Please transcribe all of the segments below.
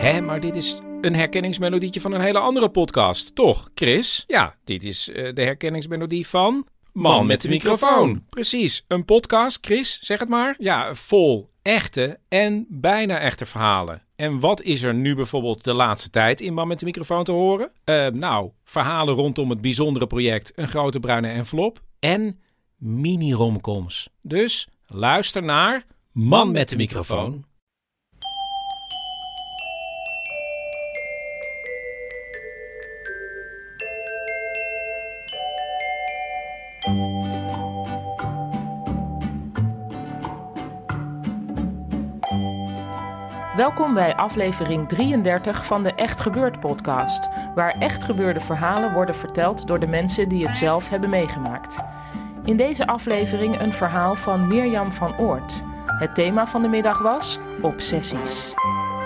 Hé, maar dit is een herkenningsmelodietje van een hele andere podcast, toch, Chris? Ja, dit is de herkenningsmelodie van Man met de microfoon. Precies, een podcast, Chris, zeg het maar. Ja, vol echte en bijna echte verhalen. En wat is er nu bijvoorbeeld de laatste tijd in Man met de microfoon te horen? Verhalen rondom het bijzondere project Een Grote Bruine Envelop en mini-romcoms. Dus luister naar Man met de microfoon. Welkom bij aflevering 33 van de Echt Gebeurd podcast, waar echt gebeurde verhalen worden verteld door de mensen die het zelf hebben meegemaakt. In deze aflevering een verhaal van Mirjam van Oort. Het thema van de middag was obsessies.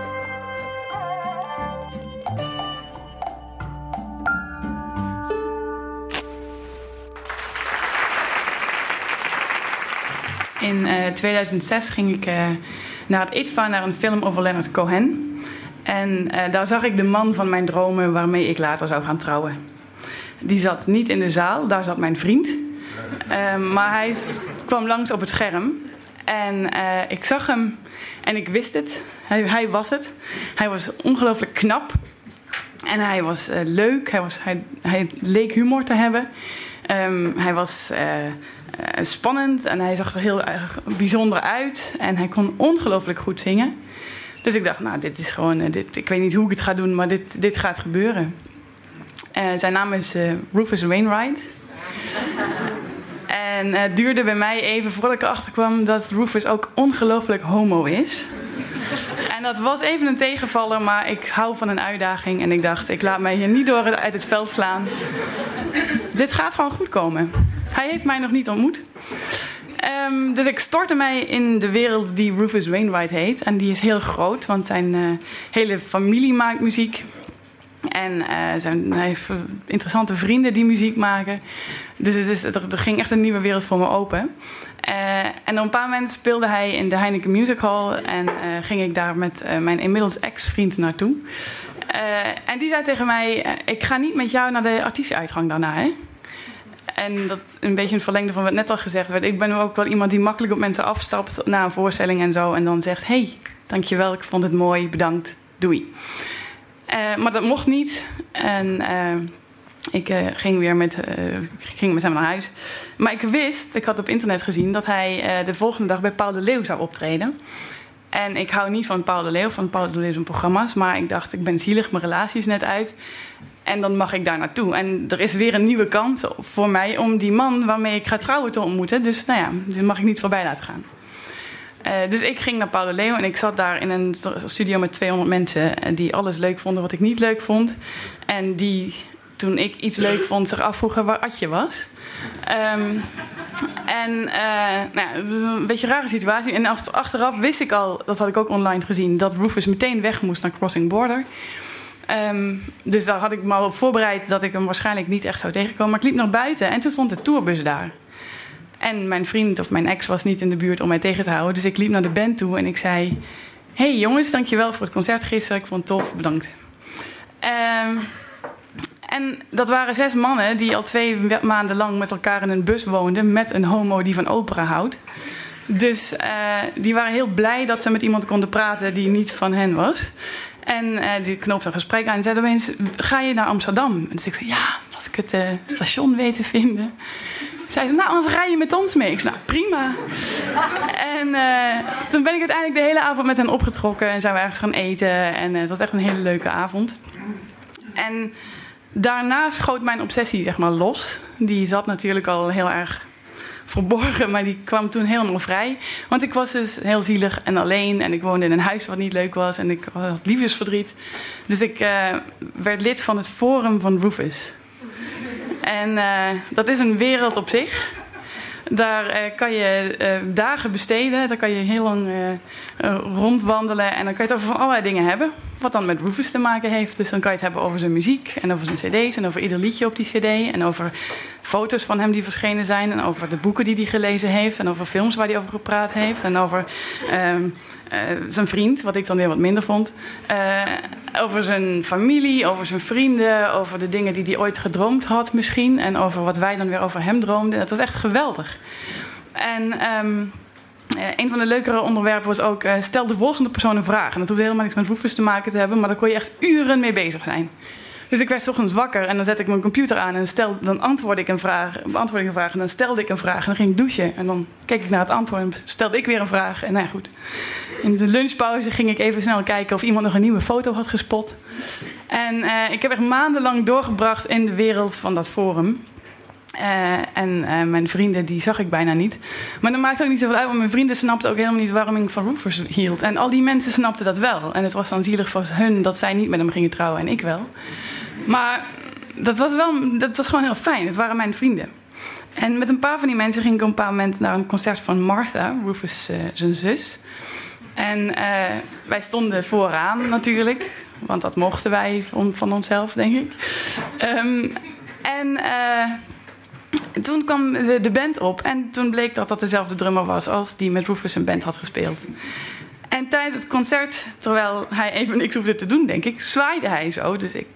In 2006 ging ik naar het ITVA, naar een film over Leonard Cohen. En daar zag ik de man van mijn dromen waarmee ik later zou gaan trouwen. Die zat niet in de zaal, daar zat mijn vriend. Maar hij kwam langs op het scherm. En ik zag hem en ik wist het. Hij was het. Hij was ongelooflijk knap. En hij was leuk. Hij leek humor te hebben. Hij was spannend en hij zag er heel erg bijzonder uit. En hij kon ongelooflijk goed zingen. Dus ik dacht, nou, dit is gewoon... ik weet niet hoe ik het ga doen, maar dit gaat gebeuren. Zijn naam is Rufus Wainwright. En het duurde bij mij even voordat ik erachter kwam dat Rufus ook ongelooflijk homo is. En dat was even een tegenvaller, maar ik hou van een uitdaging. En ik dacht, ik laat mij hier niet door uit het veld slaan. Dit gaat gewoon goed komen. Hij heeft mij nog niet ontmoet. Dus ik stortte mij in de wereld die Rufus Wainwright heet. En die is heel groot, want zijn hele familie maakt muziek. En hij heeft interessante vrienden die muziek maken. Dus er ging echt een nieuwe wereld voor me open. En op een paar momenten speelde hij in de Heineken Music Hall. En ging ik daar met mijn inmiddels ex-vriend naartoe. En die zei tegen mij, ik ga niet met jou naar de artiestenuitgang daarna, hè? En dat een beetje een verlengde van wat net al gezegd werd. Ik ben ook wel iemand die makkelijk op mensen afstapt na een voorstelling en zo. En dan zegt, hey, dankjewel, ik vond het mooi, bedankt, doei. Maar dat mocht niet. En ik ging met hem naar huis. Maar ik had op internet gezien dat hij de volgende dag bij Paul de Leeuw zou optreden. En ik hou niet van Paul de Leeuw zijn programma's. Maar ik dacht, ik ben zielig, mijn relatie is net uit. En dan mag ik daar naartoe. En er is weer een nieuwe kans voor mij om die man waarmee ik ga trouwen te ontmoeten. Dus nou ja, die mag ik niet voorbij laten gaan. Dus ik ging naar Paul de Leeuw en ik zat daar in een studio met 200 mensen die alles leuk vonden wat ik niet leuk vond. En die, toen ik iets leuk vond, zich afvroegen waar Adje was. Een beetje een rare situatie. En achteraf wist ik al, dat had ik ook online gezien, dat Rufus meteen weg moest naar Crossing Border. Dus daar had ik me al op voorbereid dat ik hem waarschijnlijk niet echt zou tegenkomen. Maar ik liep naar buiten en toen stond de tourbus daar. En mijn vriend of mijn ex was niet in de buurt om mij tegen te houden. Dus ik liep naar de band toe en ik zei, hey jongens, dankjewel voor het concert gisteren. Ik vond het tof, bedankt. En dat waren 6 mannen die al 2 maanden lang met elkaar in een bus woonden met een homo die van opera houdt. Dus die waren heel blij dat ze met iemand konden praten die niet van hen was. En die knoopte een gesprek aan en zei opeens, ga je naar Amsterdam? En dus ik zei, ja, als ik het station weet te vinden. Zei ze, nou, anders rij je met ons mee. Ik zei, nou, prima. En toen ben ik uiteindelijk de hele avond met hen opgetrokken en zijn we ergens gaan eten. En het was echt een hele leuke avond. En daarna schoot mijn obsessie, zeg maar, los. Die zat natuurlijk al heel erg verborgen, maar die kwam toen helemaal vrij. Want ik was dus heel zielig en alleen en ik woonde in een huis wat niet leuk was en ik had liefdesverdriet. Dus ik werd lid van het Forum van Rufus. En dat is een wereld op zich. Daar kan je dagen besteden, daar kan je heel lang rondwandelen en dan kan je het over van allerlei dingen hebben. wat dan met Rufus te maken heeft. Dus dan kan je het hebben over zijn muziek en over zijn cd's en over ieder liedje op die cd en over foto's van hem die verschenen zijn en over de boeken die hij gelezen heeft en over films waar hij over gepraat heeft en over zijn vriend, wat ik dan weer wat minder vond, over zijn familie, over zijn vrienden, over de dingen die hij ooit gedroomd had misschien en over wat wij dan weer over hem droomden. Het was echt geweldig. En een van de leukere onderwerpen was ook stel de volgende persoon een vraag. En dat hoefde helemaal niks met Rufus te maken te hebben, maar daar kon je echt uren mee bezig zijn. Dus ik werd 's ochtends wakker en dan zette ik mijn computer aan en dan beantwoordde ik een vraag en dan stelde ik een vraag en dan ging ik douchen en dan keek ik naar het antwoord en stelde ik weer een vraag. En nou ja, goed. In de lunchpauze ging ik even snel kijken of iemand nog een nieuwe foto had gespot. En ik heb echt maandenlang doorgebracht in de wereld van dat forum. En mijn vrienden, die zag ik bijna niet. Maar dat maakt ook niet zoveel uit, want mijn vrienden snapten ook helemaal niet waarom ik van Rufus hield. En al die mensen snapten dat wel. En het was dan zielig voor hun dat zij niet met hem gingen trouwen en ik wel. Maar dat was gewoon heel fijn. Het waren mijn vrienden. En met een paar van die mensen ging ik op een bepaald moment naar een concert van Martha, Rufus zijn zus. En wij stonden vooraan natuurlijk, want dat mochten wij van onszelf, denk ik. Toen kwam de band op en toen bleek dat dezelfde drummer was als die met Rufus een band had gespeeld. En tijdens het concert, terwijl hij even niks hoefde te doen, denk ik, zwaaide hij zo. Dus ik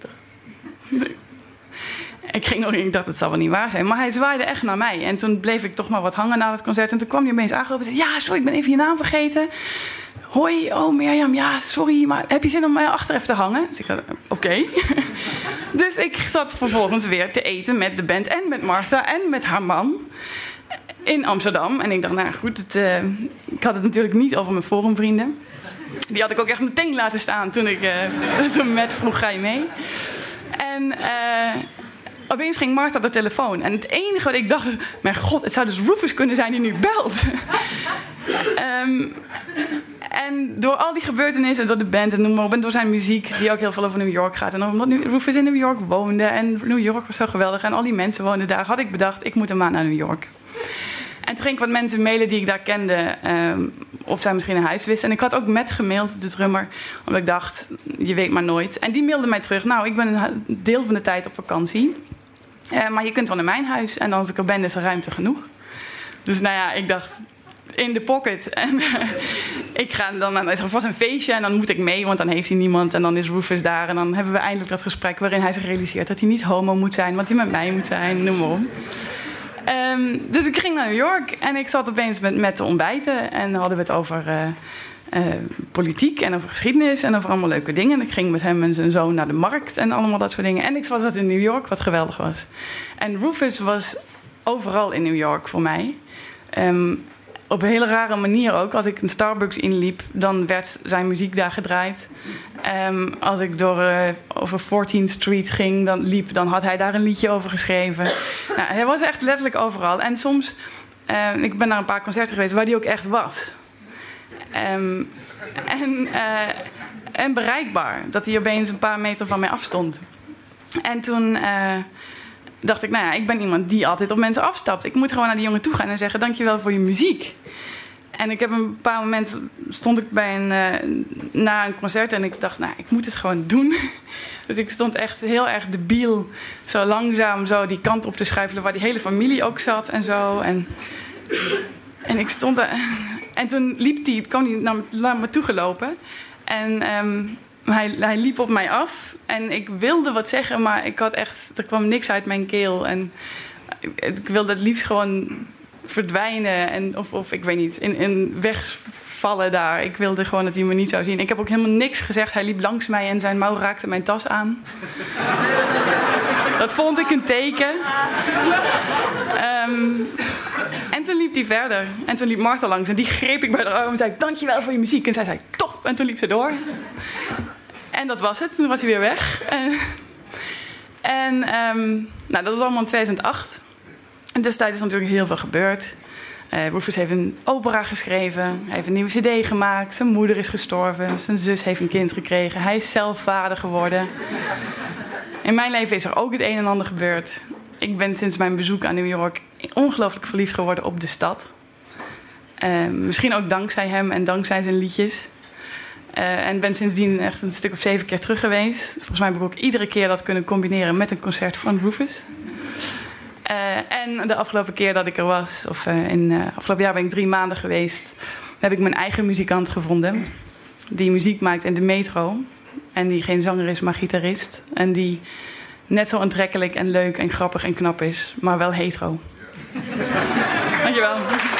dacht, het zal wel niet waar zijn. Maar hij zwaaide echt naar mij. En toen bleef ik toch maar wat hangen na het concert. En toen kwam hij opeens aangelopen en zei, ja, sorry, ik ben even je naam vergeten. Hoi, oh Mirjam, ja, sorry, maar heb je zin om mij achter even te hangen? Dus ik dacht, oké. Dus ik zat vervolgens weer te eten met de band en met Martha en met haar man in Amsterdam. En ik dacht, nou goed, ik had het natuurlijk niet over mijn forumvrienden. Die had ik ook echt meteen laten staan toen Matt vroeg, ga je mee? En opeens ging Martha de telefoon. En het enige wat ik dacht, mijn god, het zou dus Rufus kunnen zijn die nu belt. En door al die gebeurtenissen, door de band en noem maar op, en door zijn muziek, die ook heel veel over New York gaat. En omdat Rufus in New York woonde en New York was zo geweldig en al die mensen woonden daar, had ik bedacht, ik moet een maand naar New York. En toen ging ik wat mensen mailen die ik daar kende, of zij misschien een huis wisten. En ik had ook Matt gemaild, de drummer, omdat ik dacht, je weet maar nooit. En die mailde mij terug, nou, ik ben een deel van de tijd op vakantie, maar je kunt wel naar mijn huis. En als ik er ben, is er ruimte genoeg. Dus nou ja, ik dacht, in de pocket. En ik ga dan is er vast een feestje en dan moet ik mee, want dan heeft hij niemand en dan is Rufus daar. En dan hebben we eindelijk dat gesprek waarin hij zich realiseert dat hij niet homo moet zijn, want hij met mij moet zijn, noem maar op. Dus ik ging naar New York en ik zat opeens met te ontbijten en hadden we het over politiek en over geschiedenis en over allemaal leuke dingen. En ik ging met hem en zijn zoon naar de markt en allemaal dat soort dingen. En ik zat in New York, wat geweldig was. En Rufus was overal in New York voor mij. Op een hele rare manier ook. Als ik een Starbucks inliep, dan werd zijn muziek daar gedraaid. Als ik over 14th Street ging, dan had hij daar een liedje over geschreven. Nou, hij was echt letterlijk overal. En soms, ik ben naar een paar concerten geweest waar hij ook echt was. En bereikbaar. Dat hij opeens een paar meter van mij afstond. En toen dacht ik, nou ja, ik ben iemand die altijd op mensen afstapt. Ik moet gewoon naar die jongen toe gaan en zeggen, dankjewel voor je muziek. En ik heb een bepaald moment, stond ik na een concert en ik dacht, nou, ik moet het gewoon doen. Dus ik stond echt heel erg debiel, zo langzaam zo die kant op te schuifelen waar die hele familie ook zat en zo. En ik stond daar. En toen kwam hij naar me toe gelopen. En hij liep op mij af. En ik wilde wat zeggen, maar er kwam niks uit mijn keel. En ik wilde het liefst gewoon verdwijnen. Of ik weet niet, in wegvallen daar. Ik wilde gewoon dat hij me niet zou zien. Ik heb ook helemaal niks gezegd. Hij liep langs mij en zijn mouw raakte mijn tas aan. Dat vond ik een teken. En toen liep hij verder. En toen liep Martha langs. En die greep ik bij de arm en zei, dankjewel voor je muziek. En zij zei, tof. En toen liep ze door. En dat was het. Toen was hij weer weg. Dat was allemaal in 2008. En destijds is natuurlijk heel veel gebeurd. Rufus heeft een opera geschreven. Hij heeft een nieuwe cd gemaakt. Zijn moeder is gestorven. Zijn zus heeft een kind gekregen. Hij is zelf vader geworden. In mijn leven is er ook het een en ander gebeurd. Ik ben sinds mijn bezoek aan New York ongelooflijk verliefd geworden op de stad. Misschien ook dankzij hem en dankzij zijn liedjes. En ben sindsdien echt een stuk of 7 keer terug geweest. Volgens mij heb ik ook iedere keer dat kunnen combineren met een concert van Rufus. En de afgelopen keer dat ik er was, afgelopen jaar ben ik 3 maanden geweest, heb ik mijn eigen muzikant gevonden. Die muziek maakt in de metro. En die geen zanger is, maar gitarist. En die net zo aantrekkelijk en leuk en grappig en knap is, maar wel hetero. Dankjewel.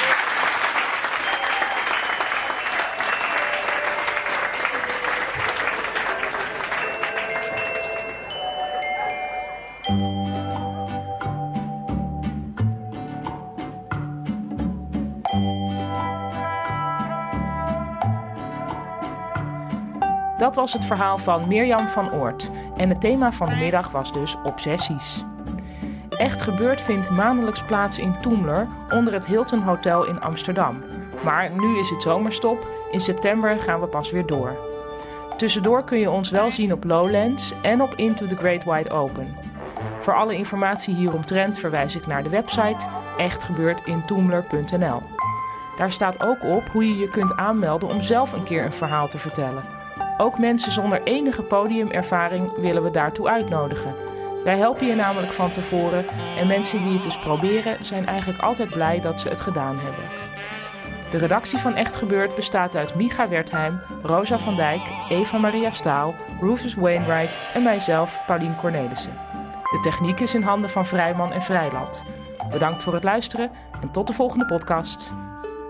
Dat was het verhaal van Mirjam van Oort. En het thema van de middag was dus obsessies. Echt Gebeurd vindt maandelijks plaats in Toemler onder het Hilton Hotel in Amsterdam. Maar nu is het zomerstop. In september gaan we pas weer door. Tussendoor kun je ons wel zien op Lowlands en op Into the Great Wide Open. Voor alle informatie hieromtrent verwijs ik naar de website echtgebeurdintoemler.nl. Daar staat ook op hoe je je kunt aanmelden om zelf een keer een verhaal te vertellen. Ook mensen zonder enige podiumervaring willen we daartoe uitnodigen. Wij helpen je namelijk van tevoren en mensen die het dus proberen zijn eigenlijk altijd blij dat ze het gedaan hebben. De redactie van Echt Gebeurd bestaat uit Micha Wertheim, Rosa van Dijk, Eva Maria Staal, Rufus Wainwright en mijzelf, Paulien Cornelissen. De techniek is in handen van Vrijman en Vrijland. Bedankt voor het luisteren en tot de volgende podcast.